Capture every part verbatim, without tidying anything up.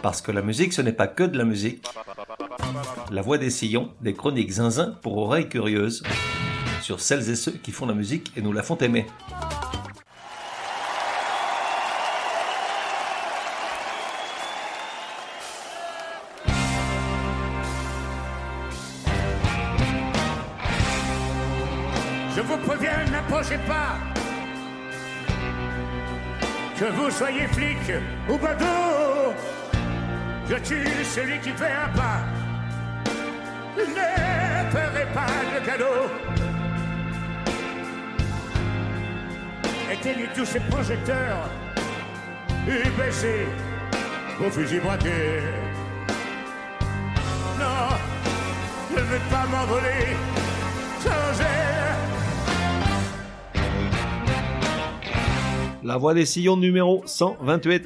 Parce que la musique, ce n'est pas que de la musique. La Voix des Sillons, des chroniques zinzin pour oreilles curieuses, sur celles et ceux qui font la musique et nous la font aimer. Je vous préviens, n'approchez pas. Que vous soyez flic ou badaud, je tue celui qui fait un pas. Ne ferez pas de cadeau. Éteignez tous ces projecteurs et baissez vos fusils braqués. Non, je ne vais pas m'envoler sans elle. La Voix des Sillons numéro cent vingt-huit.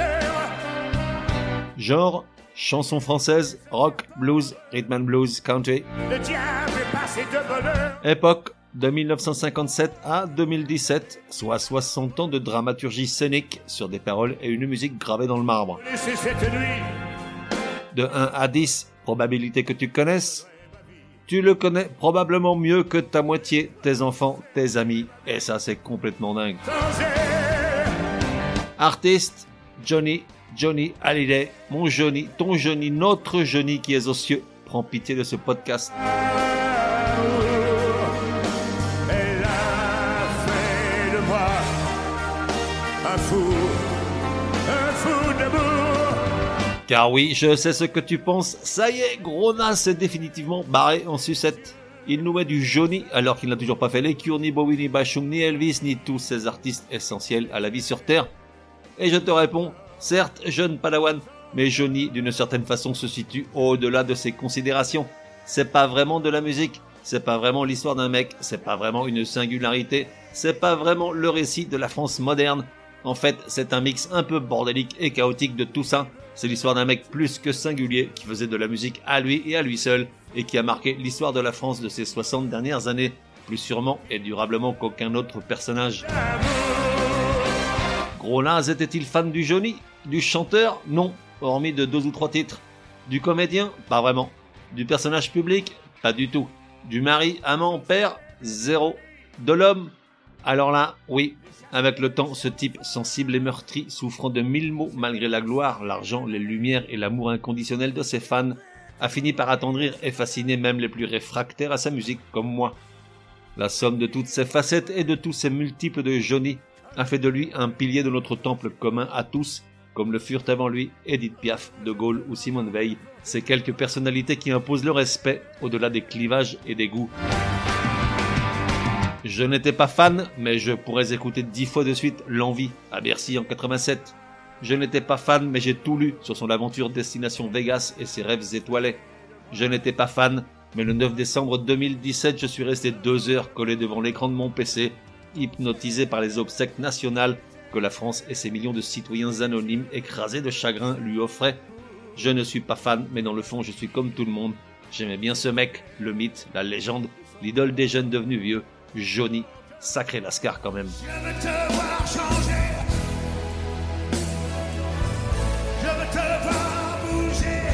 Genre, chanson française, rock, blues, rhythm and blues, country. Le diable est passé de bonheur. Époque, de dix-neuf cent cinquante-sept à deux mille dix-sept, soit soixante ans de dramaturgie scénique sur des paroles et une musique gravée dans le marbre. Laissez cette nuit. De un à dix, probabilité que tu connaisses. Tu le connais probablement mieux que ta moitié, tes enfants, tes amis, et ça c'est complètement dingue. Artiste, Johnny, Johnny Hallyday, mon Johnny, ton Johnny, notre Johnny qui est aux cieux, prends pitié de ce podcast. Elle a fait de moi un fou, un fou d'amour. Car oui, je sais ce que tu penses, ça y est, Gros Nas est définitivement barré en sucette. Il nous met du Johnny alors qu'il n'a toujours pas fait les Cure, ni Bowie, ni Bachung, ni Elvis, ni tous ces artistes essentiels à la vie sur Terre. Et je te réponds, certes, jeune padawan, mais Johnny, d'une certaine façon, se situe au-delà de ses considérations. C'est pas vraiment de la musique, c'est pas vraiment l'histoire d'un mec, c'est pas vraiment une singularité, c'est pas vraiment le récit de la France moderne. En fait, c'est un mix un peu bordélique et chaotique de tout ça. C'est l'histoire d'un mec plus que singulier qui faisait de la musique à lui et à lui seul et qui a marqué l'histoire de la France de ces soixante dernières années, plus sûrement et durablement qu'aucun autre personnage. Gros Nas était-il fan du Johnny? Du chanteur? Non, hormis de deux ou trois titres. Du comédien? Pas vraiment. Du personnage public? Pas du tout. Du mari, amant, père? Zéro. De l'homme? Alors là, oui. Avec le temps, ce type sensible et meurtri, souffrant de mille maux malgré la gloire, l'argent, les lumières et l'amour inconditionnel de ses fans, a fini par attendrir et fasciner même les plus réfractaires à sa musique comme moi. La somme de toutes ces facettes et de tous ces multiples de Johnny a fait de lui un pilier de notre temple commun à tous, comme le furent avant lui Edith Piaf, De Gaulle ou Simone Veil, ces quelques personnalités qui imposent le respect au-delà des clivages et des goûts. Je n'étais pas fan, mais je pourrais écouter dix fois de suite L'Envie à Bercy en quatre-vingt-sept. Je n'étais pas fan, mais j'ai tout lu sur son aventure Destination Vegas et ses rêves étoilés. Je n'étais pas fan, mais le neuf décembre deux mille dix-sept, je suis resté deux heures collé devant l'écran de mon P C, hypnotisé par les obsèques nationales que la France et ses millions de citoyens anonymes écrasés de chagrin lui offraient. Je ne suis pas fan, mais dans le fond, je suis comme tout le monde. J'aimais bien ce mec, le mythe, la légende, l'idole des jeunes devenus vieux, Johnny. Sacré Lascar quand même. Je veux te voir changer. Je veux te voir bouger.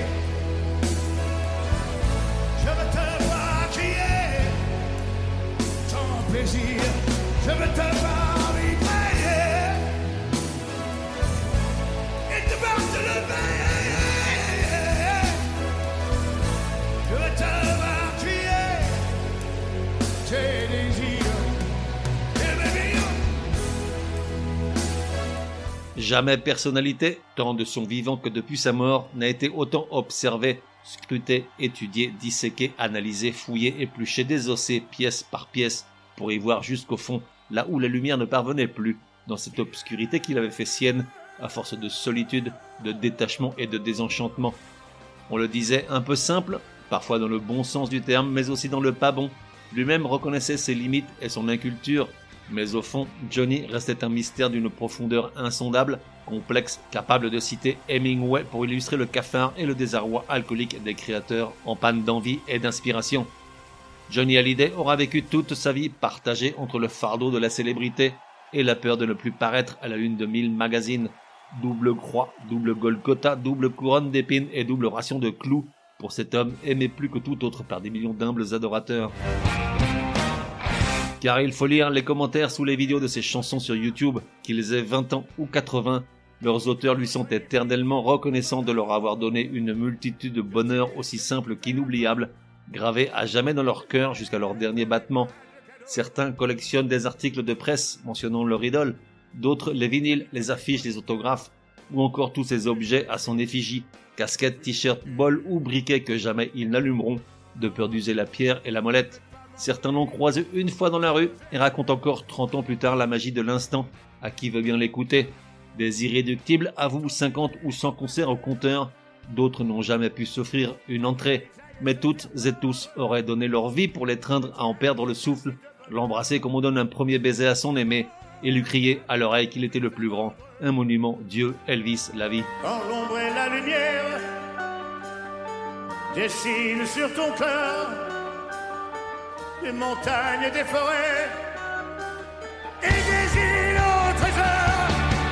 Je veux te voir crier ton plaisir. Je veux te voir vibrer et te voir te lever. Je veux te voir crier tes désirs. Jamais personnalité, tant de son vivant que depuis sa mort, n'a été autant observé, scruté, étudié, disséqué, analysé, fouillé, épluché, désossé, pièce par pièce, pour y voir jusqu'au fond, là où la lumière ne parvenait plus, dans cette obscurité qu'il avait fait sienne, à force de solitude, de détachement et de désenchantement. On le disait un peu simple, parfois dans le bon sens du terme, mais aussi dans le pas bon. Lui-même reconnaissait ses limites et son inculture, mais au fond, Johnny restait un mystère d'une profondeur insondable, complexe, capable de citer Hemingway pour illustrer le cafard et le désarroi alcoolique des créateurs en panne d'envie et d'inspiration. Johnny Hallyday aura vécu toute sa vie partagée entre le fardeau de la célébrité et la peur de ne plus paraître à la une de mille magazines. Double croix, double Golgotha, double couronne d'épines et double ration de clous pour cet homme aimé plus que tout autre par des millions d'humbles adorateurs. Car il faut lire les commentaires sous les vidéos de ses chansons sur YouTube, qu'ils aient vingt ans ou quatre-vingts, leurs auteurs lui sont éternellement reconnaissants de leur avoir donné une multitude de bonheurs aussi simples qu'inoubliables, gravés à jamais dans leur cœur jusqu'à leur dernier battement. Certains collectionnent des articles de presse mentionnant leur idole, d'autres les vinyles, les affiches, les autographes, ou encore tous ces objets à son effigie, casquettes, t-shirts, bols ou briquets que jamais ils n'allumeront, de peur d'user la pierre et la molette. Certains l'ont croisé une fois dans la rue et racontent encore trente ans plus tard la magie de l'instant à qui veut bien l'écouter. Des irréductibles avouent cinquante ou cent concerts au compteur, d'autres n'ont jamais pu s'offrir une entrée, mais toutes et tous auraient donné leur vie pour l'étreindre à en perdre le souffle, l'embrasser comme on donne un premier baiser à son aimé, et lui crier à l'oreille qu'il était le plus grand, un monument, Dieu, Elvis, la vie. Quand l'ombre et la lumière dessinent sur ton cœur des montagnes et des forêts et des îles au trésor.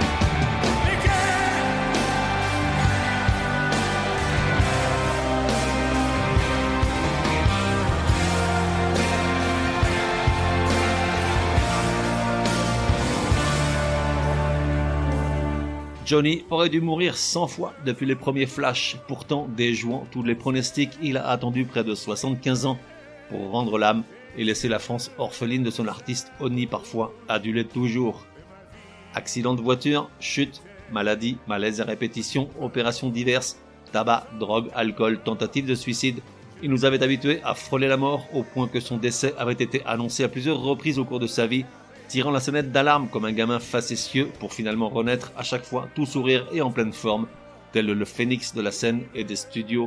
Johnny aurait dû mourir cent fois depuis les premiers flashs. Pourtant, déjouant tous les pronostics, il a attendu près de soixante-quinze ans pour rendre l'âme et laisser la France orpheline de son artiste honni parfois, adulé toujours. Accident de voiture, chute, maladie, malaise à répétition, opérations diverses, tabac, drogue, alcool, tentative de suicide. Il nous avait habitués à frôler la mort au point que son décès avait été annoncé à plusieurs reprises au cours de sa vie, tirant la sonnette d'alarme comme un gamin facétieux pour finalement renaître à chaque fois tout sourire et en pleine forme, tel le phénix de la scène et des studios.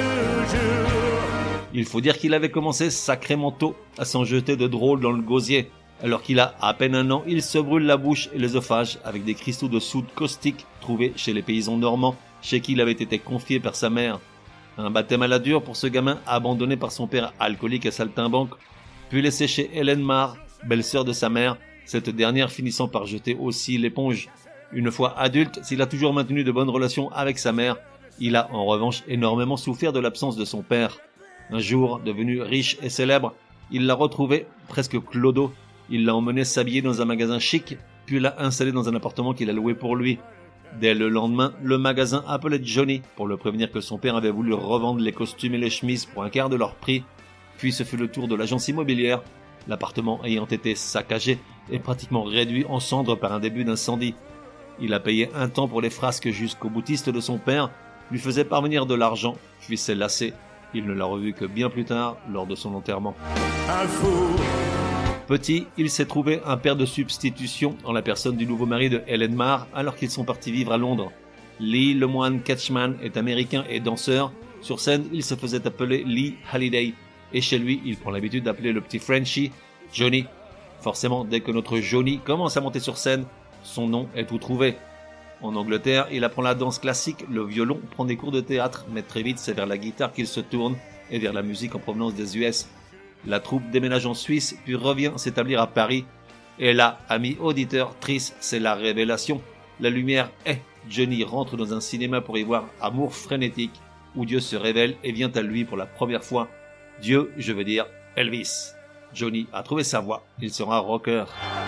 Il faut dire qu'il avait commencé sacrément tôt à s'en jeter de drôle dans le gosier. Alors qu'il a à peine un an, il se brûle la bouche et l'œsophage avec des cristaux de soude caustique trouvés chez les paysans normands, chez qui il avait été confié par sa mère. Un baptême à la dure pour ce gamin abandonné par son père alcoolique et saltimbanque, puis laissé chez Hélène Marr, belle-sœur de sa mère, cette dernière finissant par jeter aussi l'éponge. Une fois adulte, s'il a toujours maintenu de bonnes relations avec sa mère, il a en revanche énormément souffert de l'absence de son père. Un jour, devenu riche et célèbre, il l'a retrouvé, presque clodo. Il l'a emmené s'habiller dans un magasin chic, puis l'a installé dans un appartement qu'il a loué pour lui. Dès le lendemain, le magasin appelait Johnny pour le prévenir que son père avait voulu revendre les costumes et les chemises pour un quart de leur prix. Puis ce fut le tour de l'agence immobilière, l'appartement ayant été saccagé et pratiquement réduit en cendres par un début d'incendie. Il a payé un temps pour les frasques jusqu'au boutiste de son père, lui faisait parvenir de l'argent, puis s'est lassé. Il ne l'a revu que bien plus tard, lors de son enterrement. Un fou. Petit, il s'est trouvé un père de substitution en la personne du nouveau mari de Hélène Marr, alors qu'ils sont partis vivre à Londres. Lee Lemoine Ketchman est américain et danseur. Sur scène, il se faisait appeler Lee Halliday. Et chez lui, il prend l'habitude d'appeler le petit Frenchie Johnny. Forcément, dès que notre Johnny commence à monter sur scène, son nom est tout trouvé. En Angleterre, il apprend la danse classique, le violon, prend des cours de théâtre, mais très vite c'est vers la guitare qu'il se tourne et vers la musique en provenance des U S. La troupe déménage en Suisse, puis revient s'établir à Paris. Et là, amis auditeurs, triste, c'est la révélation. La lumière est. Johnny rentre dans un cinéma pour y voir Amour frénétique, où Dieu se révèle et vient à lui pour la première fois. Dieu, je veux dire Elvis. Johnny a trouvé sa voie, il sera rocker.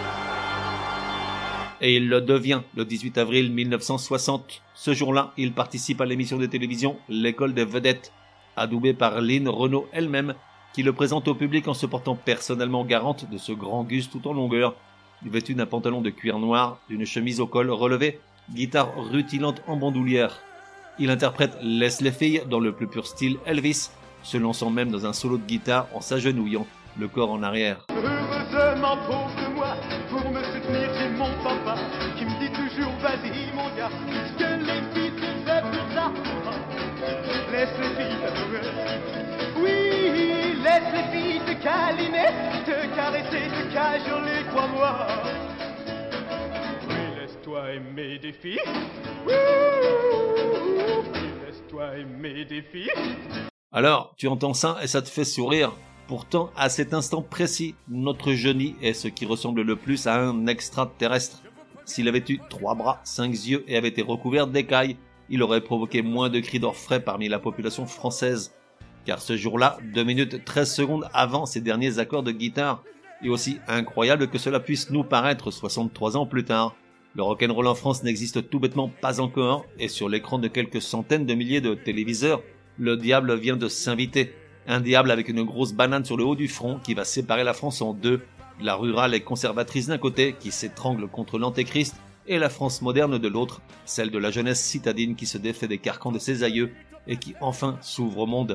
Et il le devient le dix-huit avril mille neuf cent soixante. Ce jour-là, il participe à l'émission de télévision L'école des vedettes, adoubée par Lynn Renaud elle-même, qui le présente au public en se portant personnellement garante de ce grand gus tout en longueur, vêtu d'un pantalon de cuir noir, d'une chemise au col relevé, guitare rutilante en bandoulière. Il interprète Laisse les filles dans le plus pur style Elvis, se lançant même dans un solo de guitare en s'agenouillant, le corps en arrière. Heureusement pauvre de moi, pour me soutenir j'ai mon papa, qui me dit toujours vas-y mon gars, puisque les filles c'est fait pour ça. Laisse les filles t'adorer, oui, laisse les filles te câliner, te caresser, te cajoler, crois-moi. Oui, laisse-toi aimer des filles, oui, laisse-toi aimer des filles. Alors, tu entends ça et ça te fait sourire. Pourtant, à cet instant précis, notre Johnny est ce qui ressemble le plus à un extraterrestre. s'il avait eu trois bras, cinq yeux et avait été recouvert d'écailles, il aurait provoqué moins de cris d'orfraie parmi la population française. Car ce jour-là, deux minutes treize secondes avant ses derniers accords de guitare, et aussi incroyable que cela puisse nous paraître soixante-trois ans plus tard, le rock'n'roll en France n'existe tout bêtement pas encore, et sur l'écran de quelques centaines de milliers de téléviseurs, le diable vient de s'inviter. Un diable avec une grosse banane sur le haut du front qui va séparer la France en deux, la rurale et conservatrice d'un côté qui s'étrangle contre l'antéchrist, et la France moderne de l'autre, celle de la jeunesse citadine qui se défait des carcans de ses aïeux et qui enfin s'ouvre au monde.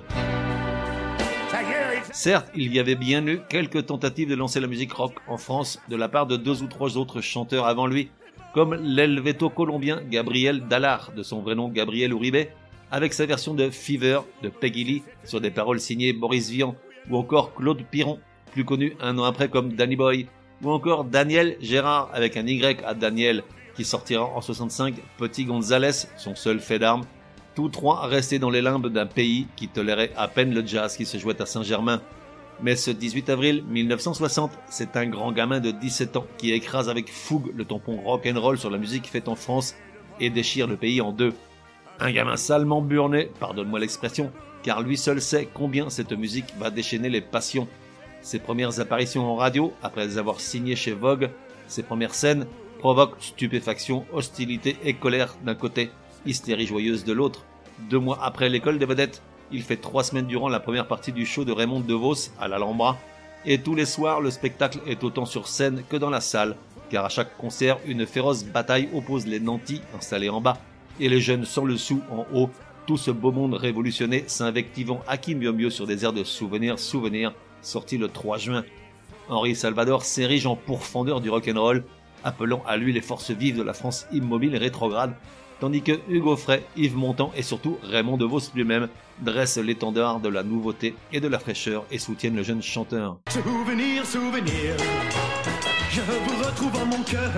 Certes, il y avait bien eu quelques tentatives de lancer la musique rock en France de la part de deux ou trois autres chanteurs avant lui, comme l'helvéto-colombien Gabriel Dallard, de son vrai nom Gabriel Uribe, avec sa version de Fever de Peggy Lee sur des paroles signées Boris Vian, ou encore Claude Piron, plus connu un an après comme Danny Boy, ou encore Daniel Gérard avec un Y à Daniel, qui sortira en soixante-cinq Petit Gonzalez, son seul fait d'armes, tous trois restés dans les limbes d'un pays qui tolérait à peine le jazz qui se jouait à Saint-Germain. Mais ce dix-huit avril mille neuf cent soixante, c'est un grand gamin de dix-sept ans qui écrase avec fougue le tampon rock'n'roll sur la musique faite en France et déchire le pays en deux. Un gamin salement burné, pardonne-moi l'expression, car lui seul sait combien cette musique va déchaîner les passions. Ses premières apparitions en radio, après avoir signé chez Vogue, ses premières scènes, provoquent stupéfaction, hostilité et colère d'un côté, hystérie joyeuse de l'autre. Deux mois après l'école des vedettes, il fait trois semaines durant la première partie du show de Raymond DeVos à l'Alhambra, et tous les soirs le spectacle est autant sur scène que dans la salle, car à chaque concert une féroce bataille oppose les nantis installés en bas et les jeunes sans le sou en haut, tout ce beau monde révolutionné s'invectivant à qui mieux mieux sur des airs de souvenirs, souvenirs, sortis le trois juin. Henri Salvador s'érige en pourfendeur du rock'n'roll, appelant à lui les forces vives de la France immobile et rétrograde, tandis que Hugo Frey, Yves Montand et surtout Raymond DeVos lui-même dressent l'étendard de la nouveauté et de la fraîcheur et soutiennent le jeune chanteur. Souvenir, souvenir, je vous retrouve en mon cœur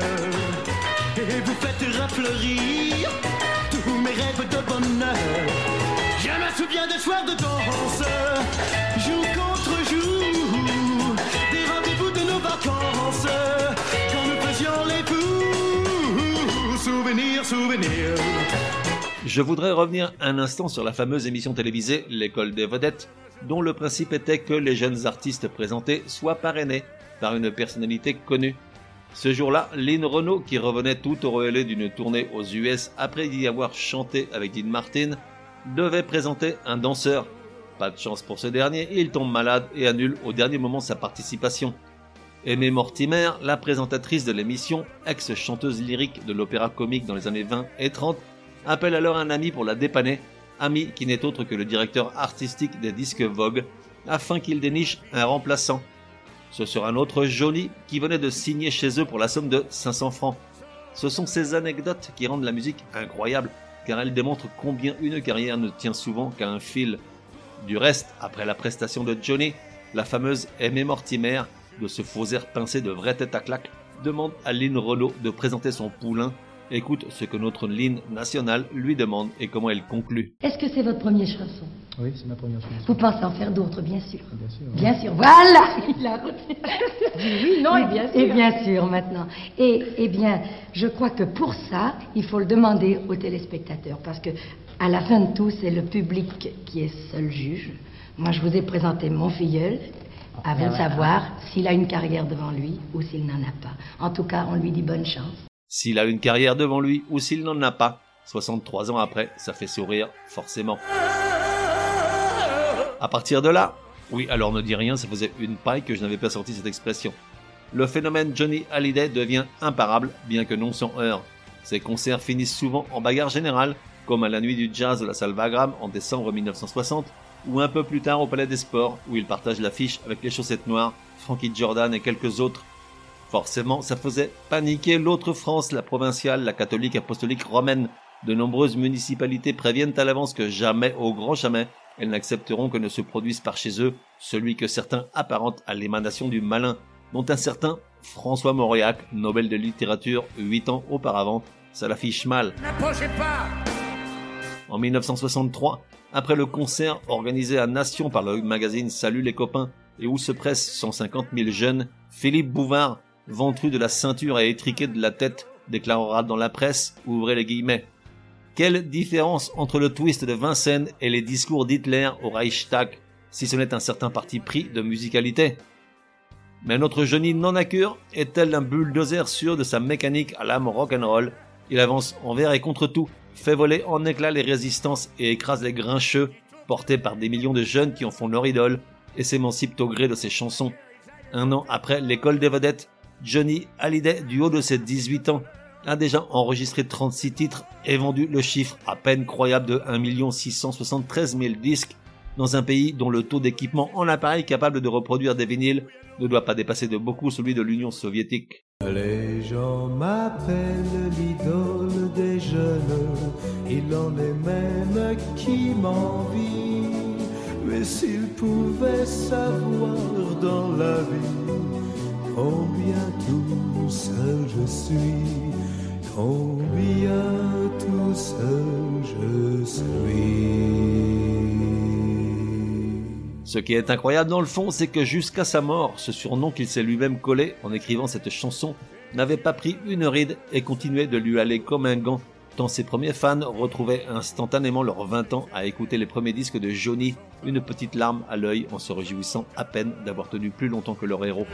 et vous faites refleurir tous mes rêves de bonheur. Je me souviens des soirs de danse, jour contre jour, des rendez-vous de nos vacances, quand nous faisions les fous. Souvenir, souvenir. Je voudrais revenir un instant sur la fameuse émission télévisée L'école des vedettes, dont le principe était que les jeunes artistes présentés soient parrainés par une personnalité connue. Ce jour-là, Lynn Renaud, qui revenait tout auréolée d'une tournée aux U S après y avoir chanté avec Dean Martin, devait présenter un danseur. Pas de chance pour ce dernier, il tombe malade et annule au dernier moment sa participation. Aimée Mortimer, la présentatrice de l'émission, ex-chanteuse lyrique de l'opéra comique dans les années vingt et trente, appelle alors un ami pour la dépanner, ami qui n'est autre que le directeur artistique des disques Vogue, afin qu'il déniche un remplaçant. Ce sera un autre Johnny qui venait de signer chez eux pour la somme de cinq cents francs. Ce sont ces anecdotes qui rendent la musique incroyable, car elles démontrent combien une carrière ne tient souvent qu'à un fil. Du reste, après la prestation de Johnny, la fameuse Aimée Mortimer, de ce faux air pincé de vraie tête à claque, demande à Lynn Renaud de présenter son poulain. Écoute ce que notre Lynn nationale lui demande et comment elle conclut. Est-ce que c'est votre première chanson? Oui, c'est ma première chanson. Vous pensez en faire d'autres, bien sûr. Bien sûr. Bien sûr, voilà. Il a Oui, non, et bien sûr. Et bien sûr, maintenant. Et, eh bien, je crois que pour ça, il faut le demander aux téléspectateurs, parce que à la fin de tout, c'est le public qui est seul juge. Moi, je vous ai présenté mon filleul. À vous de savoir s'il a une carrière devant lui ou s'il n'en a pas. En tout cas, on lui dit bonne chance. S'il a une carrière devant lui ou s'il n'en a pas, soixante-trois ans après, ça fait sourire, forcément. À partir de là, oui, alors ne dis rien, ça faisait une paille que je n'avais pas sorti cette expression. Le phénomène Johnny Hallyday devient imparable, bien que non sans heurts. Ses concerts finissent souvent en bagarre générale, comme à la nuit du jazz de la salle Wagram en décembre mille neuf cent soixante, ou un peu plus tard au Palais des Sports, où il partage l'affiche avec les Chaussettes Noires, Frankie Jordan et quelques autres. Forcément, ça faisait paniquer l'autre France, la provinciale, la catholique apostolique romaine. De nombreuses municipalités préviennent à l'avance que jamais, au grand jamais, elles n'accepteront que ne se produise par chez eux celui que certains apparentent à l'émanation du malin, dont un certain François Mauriac, Nobel de littérature huit ans auparavant, ça l'affiche mal. N'approchez pas! En mille neuf cent soixante-trois, après le concert organisé à Nation par le magazine Salut les copains, et où se pressent cent cinquante mille jeunes, Philippe Bouvard, ventru de la ceinture et étriqué de la tête, déclarera dans la presse, ouvrez les guillemets. Quelle différence entre le twist de Vincennes et les discours d'Hitler au Reichstag, si ce n'est un certain parti pris de musicalité. Mais notre Johnny non à cure est tel un bulldozer sûr de sa mécanique à l'âme rock'n'roll. Il avance envers et contre tout, fait voler en éclats les résistances et écrase les grincheux, portés par des millions de jeunes qui en font leur idole, et s'émancipent au gré de ses chansons. Un an après l'école des vedettes, Johnny Hallyday, du haut de ses dix-huit ans, a déjà enregistré trente-six titres et vendu le chiffre à peine croyable de un million six cent soixante-treize mille disques dans un pays dont le taux d'équipement en appareil capable de reproduire des vinyles ne doit pas dépasser de beaucoup celui de l'Union soviétique. Les gens m'appellent l'idole des jeunes, il en est même qui m'envie. Mais s'ils pouvaient savoir dans la vie combien tout seul je suis, combien tout seul je suis. Ce qui est incroyable dans le fond, c'est que jusqu'à sa mort, ce surnom qu'il s'est lui-même collé en écrivant cette chanson n'avait pas pris une ride et continuait de lui aller comme un gant, tant ses premiers fans retrouvaient instantanément leurs vingt ans à écouter les premiers disques de Johnny, une petite larme à l'œil en se réjouissant à peine d'avoir tenu plus longtemps que leur héros.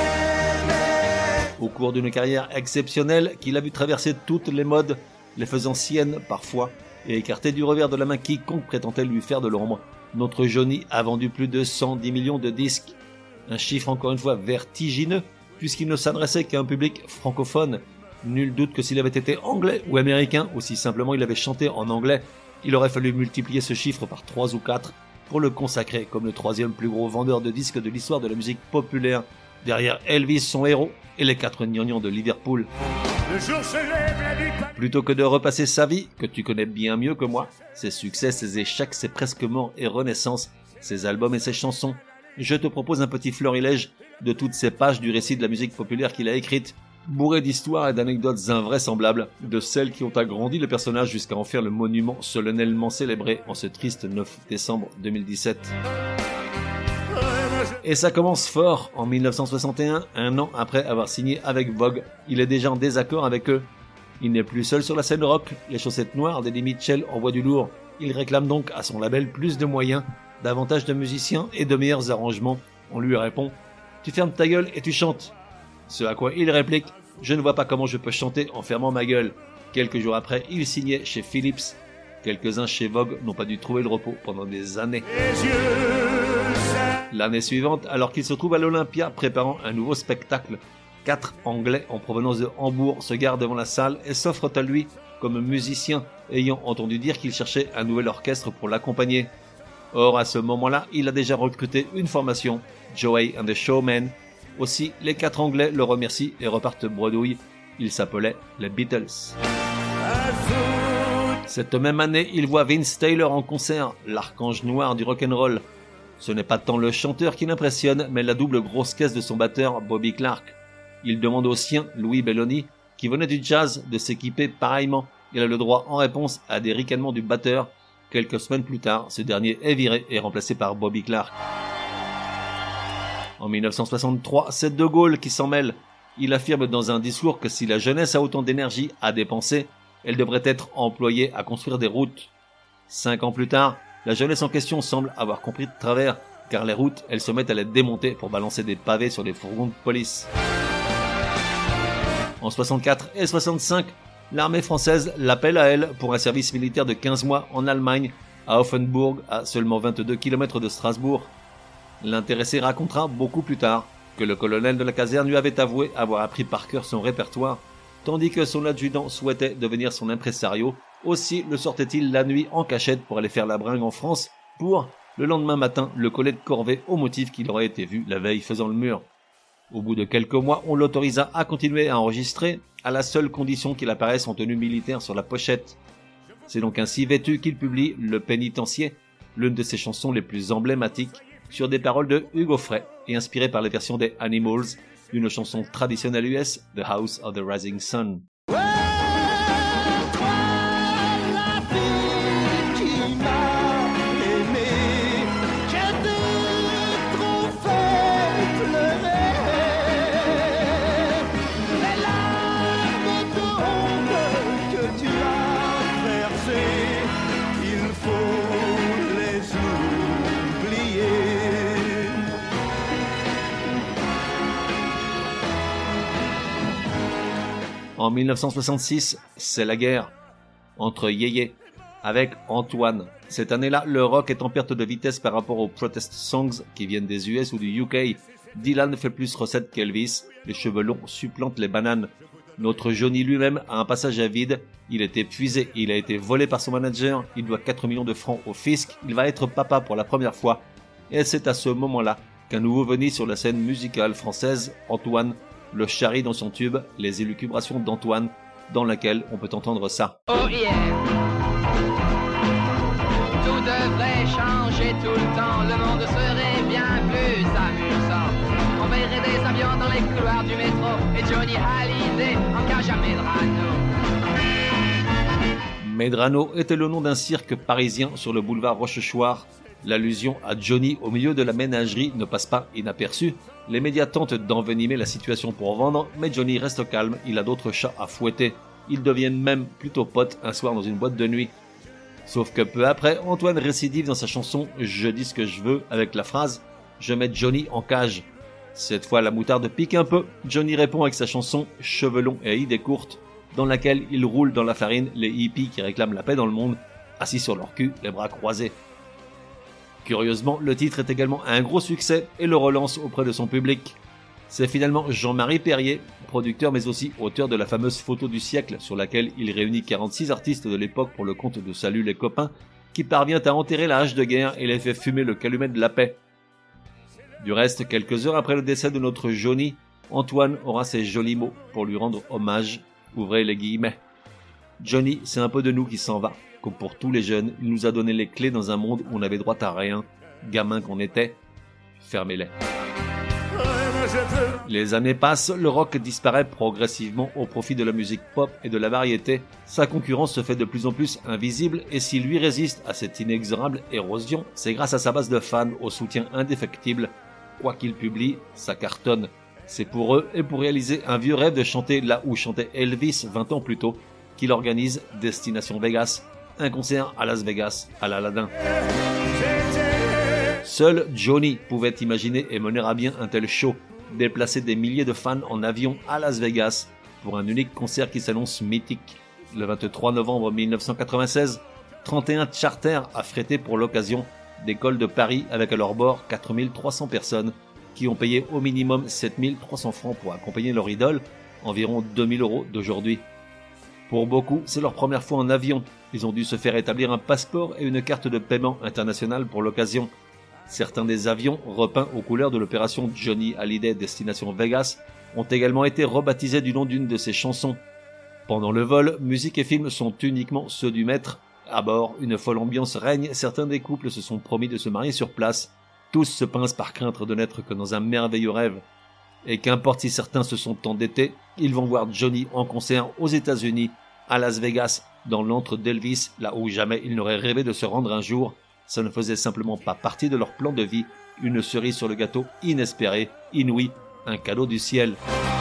Au cours d'une carrière exceptionnelle qu'il a vu traverser toutes les modes, les faisant siennes parfois, et écarter du revers de la main quiconque prétendait lui faire de l'ombre, notre Johnny a vendu plus de cent dix millions de disques. Un chiffre encore une fois vertigineux, puisqu'il ne s'adressait qu'à un public francophone. Nul doute que s'il avait été anglais ou américain, ou si simplement il avait chanté en anglais, il aurait fallu multiplier ce chiffre par trois ou quatre pour le consacrer comme le troisième plus gros vendeur de disques de l'histoire de la musique populaire, derrière Elvis son héros et les quatre gnagnons de Liverpool. Le jour se lève, la nuit passe. Plutôt que de repasser sa vie, que tu connais bien mieux que moi, ses succès, ses échecs, ses presque morts et renaissances, ses albums et ses chansons, je te propose un petit florilège de toutes ces pages du récit de la musique populaire qu'il a écrite, bourré d'histoires et d'anecdotes invraisemblables, de celles qui ont agrandi le personnage jusqu'à en faire le monument solennellement célébré en ce triste neuf décembre deux mille dix-sept. Et ça commence fort. En mille neuf cent soixante et un, un an après avoir signé avec Vogue, il est déjà en désaccord avec eux. Il n'est plus seul sur la scène rock, les chaussettes noires d'Eddie Mitchell envoient du lourd. Il réclame donc à son label plus de moyens, davantage de musiciens et de meilleurs arrangements. On lui répond « Tu fermes ta gueule et tu chantes ». Ce à quoi il réplique « Je ne vois pas comment je peux chanter en fermant ma gueule ». Quelques jours après, il signait chez Philips. Quelques-uns chez Vogue n'ont pas dû trouver le repos pendant des années. L'année suivante, alors qu'il se trouve à l'Olympia préparant un nouveau spectacle, quatre Anglais en provenance de Hambourg se garent devant la salle et s'offrent à lui comme musicien, ayant entendu dire qu'il cherchait un nouvel orchestre pour l'accompagner. Or, à ce moment-là, il a déjà recruté une formation, Joey and the Showmen. Aussi, les quatre Anglais le remercient et repartent bredouille. Ils s'appelaient les Beatles. Cette même année, il voit Vince Taylor en concert, l'archange noir du rock'n'roll. Ce n'est pas tant le chanteur qui l'impressionne, mais la double grosse caisse de son batteur, Bobby Clark. Il demande au sien, Louis Belloni, qui venait du jazz, de s'équiper pareillement. Il a le droit en réponse à des ricanements du batteur. Quelques semaines plus tard, ce dernier est viré et remplacé par Bobby Clark. En mille neuf cent soixante-trois, c'est De Gaulle qui s'en mêle. Il affirme dans un discours que si la jeunesse a autant d'énergie à dépenser, elle devrait être employée à construire des routes. Cinq ans plus tard, la jeunesse en question semble avoir compris de travers, car les routes, elles se mettent à les démonter pour balancer des pavés sur les fourgons de police. En soixante-quatre et soixante-cinq, l'armée française l'appelle à elle pour un service militaire de quinze mois en Allemagne, à Offenburg, à seulement vingt-deux kilomètres de Strasbourg. L'intéressé racontera beaucoup plus tard que le colonel de la caserne lui avait avoué avoir appris par cœur son répertoire, tandis que son adjudant souhaitait devenir son impresario. Aussi le sortait-il la nuit en cachette pour aller faire la bringue en France pour, le lendemain matin, le coller de corvée au motif qu'il aurait été vu la veille faisant le mur. Au bout de quelques mois, on l'autorisa à continuer à enregistrer, à la seule condition qu'il apparaisse en tenue militaire sur la pochette. C'est donc ainsi vêtu qu'il publie Le Pénitencier, l'une de ses chansons les plus emblématiques, sur des paroles de Hugo Frey et inspiré par les versions des Animals, d'une chanson traditionnelle U S, The House of the Rising Sun. En mille neuf cent soixante-six, c'est la guerre entre Yéyé avec Antoine. Cette année-là, le rock est en perte de vitesse par rapport aux protest songs qui viennent des U S ou du U K. Dylan fait plus recettes qu'Elvis, les cheveux longs supplantent les bananes. Notre Johnny lui-même a un passage à vide, il est épuisé, il a été volé par son manager, il doit quatre millions de francs au fisc, il va être papa pour la première fois. Et c'est à ce moment-là qu'un nouveau venu sur la scène musicale française, Antoine, le charrie dans son tube, Les élucubrations d'Antoine, dans laquelle on peut entendre ça. Oh yeah. Tout devrait changer tout le temps, le monde serait bien plus amusant. On verrait des avions dans les couloirs du métro et Johnny Hallyday en cage à Medrano. Medrano était le nom d'un cirque parisien sur le boulevard Rochechouart. L'allusion à Johnny au milieu de la ménagerie ne passe pas inaperçue. Les médias tentent d'envenimer la situation pour vendre, mais Johnny reste calme, il a d'autres chats à fouetter. Ils deviennent même plutôt potes un soir dans une boîte de nuit. Sauf que peu après, Antoine récidive dans sa chanson « Je dis ce que je veux » avec la phrase « Je mets Johnny en cage ». Cette fois, la moutarde pique un peu. Johnny répond avec sa chanson « Cheveux longs et idées courtes » dans laquelle il roule dans la farine les hippies qui réclament la paix dans le monde, assis sur leur cul, les bras croisés. Curieusement, le titre est également un gros succès et le relance auprès de son public. C'est finalement Jean-Marie Perrier, producteur mais aussi auteur de la fameuse photo du siècle sur laquelle il réunit quarante-six artistes de l'époque pour le compte de Salut les copains, qui parvient à enterrer la hache de guerre et les fait fumer le calumet de la paix. Du reste, quelques heures après le décès de notre Johnny, Antoine aura ces jolis mots pour lui rendre hommage. Ouvrez les guillemets. Johnny, c'est un peu de nous qui s'en va. Comme pour tous les jeunes, il nous a donné les clés dans un monde où on avait droit à rien. Gamin qu'on était. Fermez-les. Les années passent, le rock disparaît progressivement au profit de la musique pop et de la variété. Sa concurrence se fait de plus en plus invisible et s'il lui résiste à cette inexorable érosion, c'est grâce à sa base de fans au soutien indéfectible. Quoi qu'il publie, ça cartonne. C'est pour eux et pour réaliser un vieux rêve de chanter là où chantait Elvis vingt ans plus tôt qu'il organise Destination Vegas, un concert à Las Vegas, à l'Aladin. Seul Johnny pouvait imaginer et mener à bien un tel show, déplacer des milliers de fans en avion à Las Vegas pour un unique concert qui s'annonce mythique. Le vingt-trois novembre mille neuf cent quatre-vingt-seize, trente et un charters affrétés pour l'occasion d'écoles de Paris avec à leur bord quatre mille trois cents personnes qui ont payé au minimum sept mille trois cents francs pour accompagner leur idole, environ deux mille euros d'aujourd'hui. Pour beaucoup, c'est leur première fois en avion. Ils ont dû se faire établir un passeport et une carte de paiement internationale pour l'occasion. Certains des avions, repeints aux couleurs de l'opération Johnny Hallyday Destination Vegas, ont également été rebaptisés du nom d'une de ses chansons. Pendant le vol, musique et films sont uniquement ceux du maître. À bord, une folle ambiance règne, certains des couples se sont promis de se marier sur place. Tous se pincent par crainte de n'être que dans un merveilleux rêve. Et qu'importe si certains se sont endettés, ils vont voir Johnny en concert aux États-Unis, à Las Vegas, dans l'antre d'Elvis, là où jamais ils n'auraient rêvé de se rendre un jour. Ça ne faisait simplement pas partie de leur plan de vie, une cerise sur le gâteau inespérée, inouïe, un cadeau du ciel.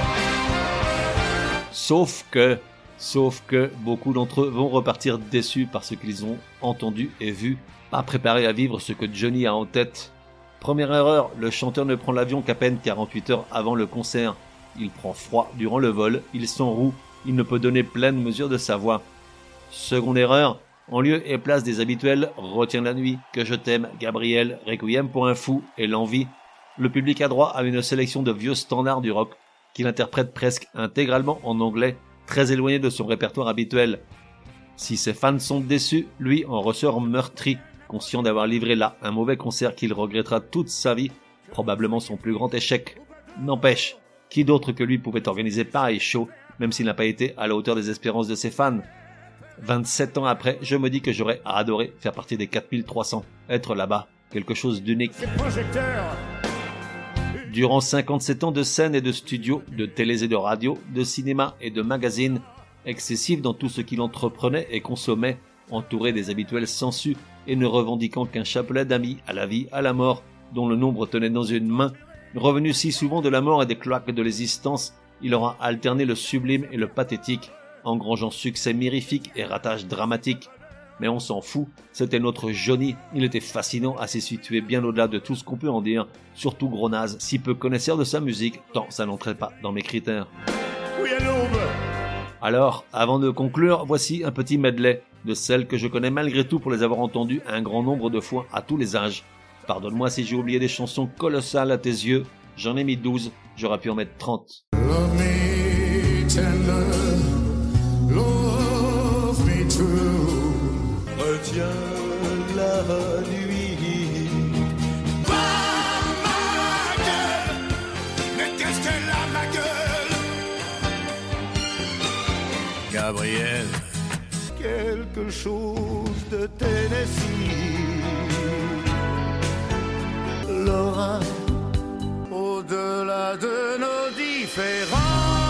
Sauf que, sauf que, beaucoup d'entre eux vont repartir déçus par ce qu'ils ont entendu et vu, pas préparés à vivre ce que Johnny a en tête. Première erreur, le chanteur ne prend l'avion qu'à peine quarante-huit heures avant le concert. Il prend froid durant le vol, il s'enroue, il ne peut donner pleine mesure de sa voix. Seconde erreur, en lieu et place des habituels, Retiens la nuit, Que je t'aime, Gabriel, Requiem pour un fou et L'envie, le public a droit à une sélection de vieux standards du rock qu'il interprète presque intégralement en anglais, très éloigné de son répertoire habituel. Si ses fans sont déçus, lui en ressort meurtri, conscient d'avoir livré là un mauvais concert qu'il regrettera toute sa vie, probablement son plus grand échec. N'empêche, qui d'autre que lui pouvait organiser pareil show, même s'il n'a pas été à la hauteur des espérances de ses fans. vingt-sept ans après, je me dis que j'aurais adoré faire partie des quatre mille trois cents, être là-bas, quelque chose d'unique. Durant cinquante-sept ans de scène et de studio, de télés et de radio, de cinéma et de magazines, excessif dans tout ce qu'il entreprenait et consommait, entouré des habituels sensus et ne revendiquant qu'un chapelet d'amis à la vie, à la mort, dont le nombre tenait dans une main, revenu si souvent de la mort et des cloaques de l'existence, il aura alterné le sublime et le pathétique, engrangeant succès mirifique et ratage dramatique. Mais on s'en fout, c'était notre Johnny, il était fascinant à s'y situer bien au-delà de tout ce qu'on peut en dire, surtout gros naze, si peu connaisseur de sa musique, tant ça n'entrait pas dans mes critères. Oui, à l'aube, Alors, avant de conclure, voici un petit medley de celles que je connais malgré tout pour les avoir entendues un grand nombre de fois à tous les âges. Pardonne-moi si j'ai oublié des chansons colossales à tes yeux, j'en ai mis douze, j'aurais pu en mettre trente. Love me tender, love me true. Retiens la nuit. Pas ma gueule, mais qu'est-ce qu'elle a ma gueule? Gabriel, quelque chose de Tennessee. Laura, au-delà de nos différences,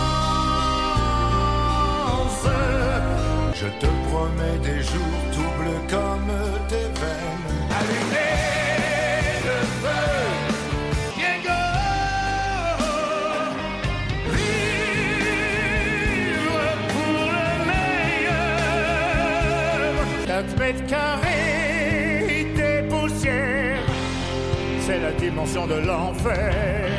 je te promets des jours tout bleus comme tes veines. Allumez le feu, Diego, vivre pour le meilleur. Quatre mètres carrés, des poussières, c'est la dimension de l'enfer.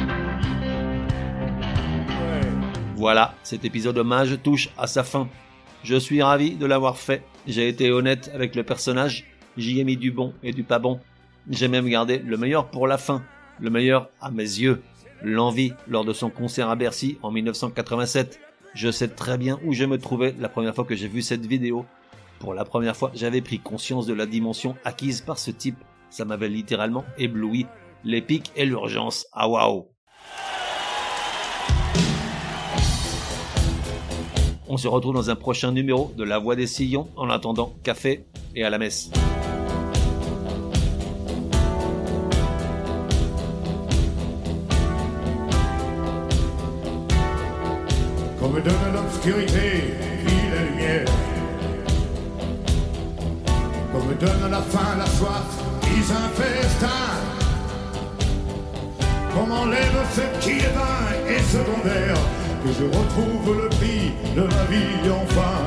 Ouais. Voilà, cet épisode hommage touche à sa fin. Je suis ravi de l'avoir fait. J'ai été honnête avec le personnage. J'y ai mis du bon et du pas bon. J'ai même gardé le meilleur pour la fin. Le meilleur à mes yeux. L'envie lors de son concert à Bercy en dix-neuf cent quatre-vingt-sept. Je sais très bien où je me trouvais la première fois que j'ai vu cette vidéo. Pour la première fois, j'avais pris conscience de la dimension acquise par ce type. Ça m'avait littéralement ébloui. L'épique et l'urgence. Ah waouh! On se retrouve dans un prochain numéro de La Voix des Sillons. En attendant, café et à la messe. Qu'on me donne l'obscurité, puis la lumière. Qu'on me donne la faim, la soif, puis un festin. Qu'on m'enlève ce qui est vain et secondaire. Que je retrouve le prix de ma vie enfin.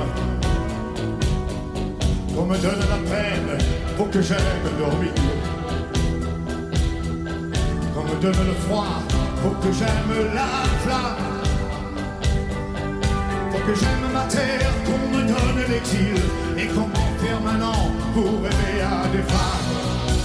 Qu'on me donne la peine pour que j'aime dormir. Qu'on me donne le froid pour que j'aime la flamme. Pour que j'aime ma terre, qu'on me donne l'exil. Et qu'on m'enferme maintenant pour rêver à des femmes.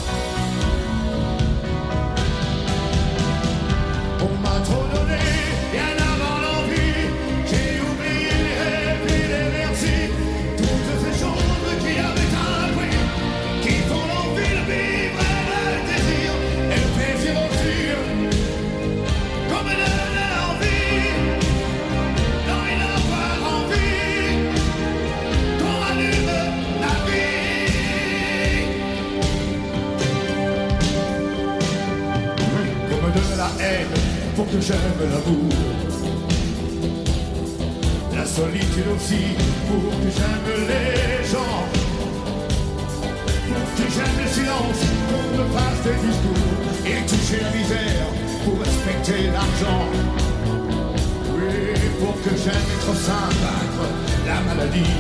On m'a trop donné, bien avant l'envie. J'ai oublié les rêves et les merci. Toutes ces choses qui avaient un prix, qui font l'envie de vivre et le désir. Et le plaisir aussi, qu'on me donne l'envie. D'en avoir envie, qu'on allume la vie. Qu'on me donne la haine pour que j'aime l'amour. La solitude aussi pour que j'aime les gens. Pour que j'aime le silence, qu'on me fasse des discours. Et toucher la misère pour respecter l'argent. Oui, pour que j'aime être sain, vaincre la maladie.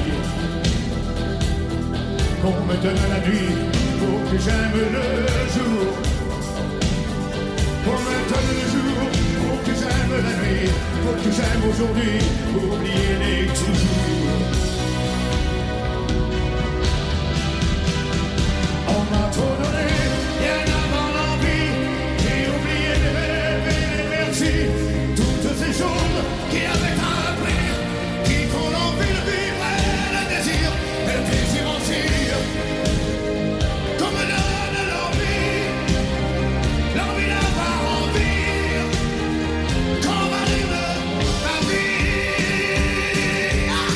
Qu'on me donne la nuit pour que j'aime le jour. Qu'on me donne le jour pour que j'aime la nuit. Pour que j'aime aujourd'hui, oublier les toujours. On m'a trop donné, bien avant l'envie. J'ai oublié les rêves et les merci. Toutes ces choses qui avaient un prix, qui font l'envie de vivre et le désir. Et le plaisir aussi, qu'on me donne l'envie. L'envie d'avoir envie, qu'on m'allume ma vie. Ah.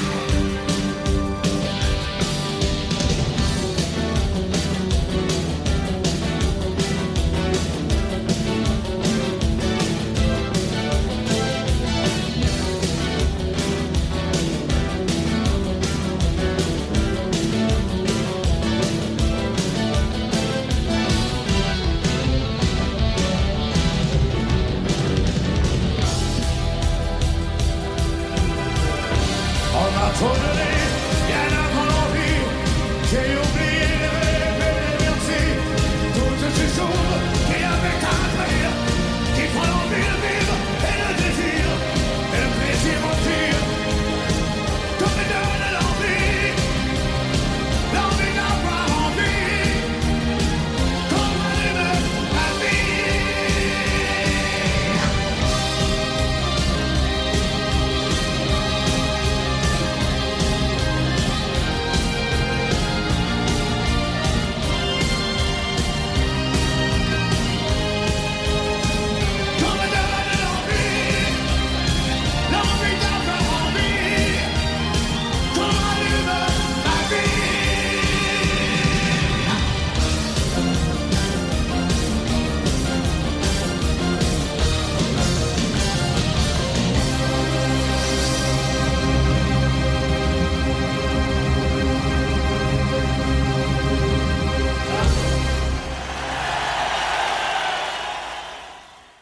On m'a trop donné, bien avant l'envie. J'ai oublié les rêves et les merci. Toutes ces choses qui avaient un prix, qui font l'envie de vivre et le désir. Et le plaisir aussi,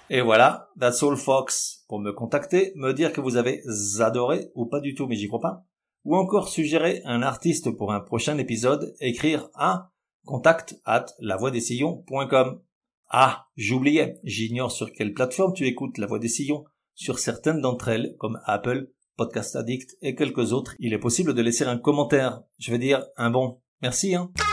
Et voilà, that's all folks. Pour me contacter, me dire que vous avez adoré ou pas du tout, mais j'y crois pas, ou encore suggérer un artiste pour un prochain épisode, écrire à contact at lavoixdesillons point com. Ah, j'oubliais, j'ignore sur quelle plateforme tu écoutes La Voix des Sillons. Sur certaines d'entre elles, comme Apple, Podcast Addict et quelques autres, il est possible de laisser un commentaire. Je veux dire, un bon merci, hein.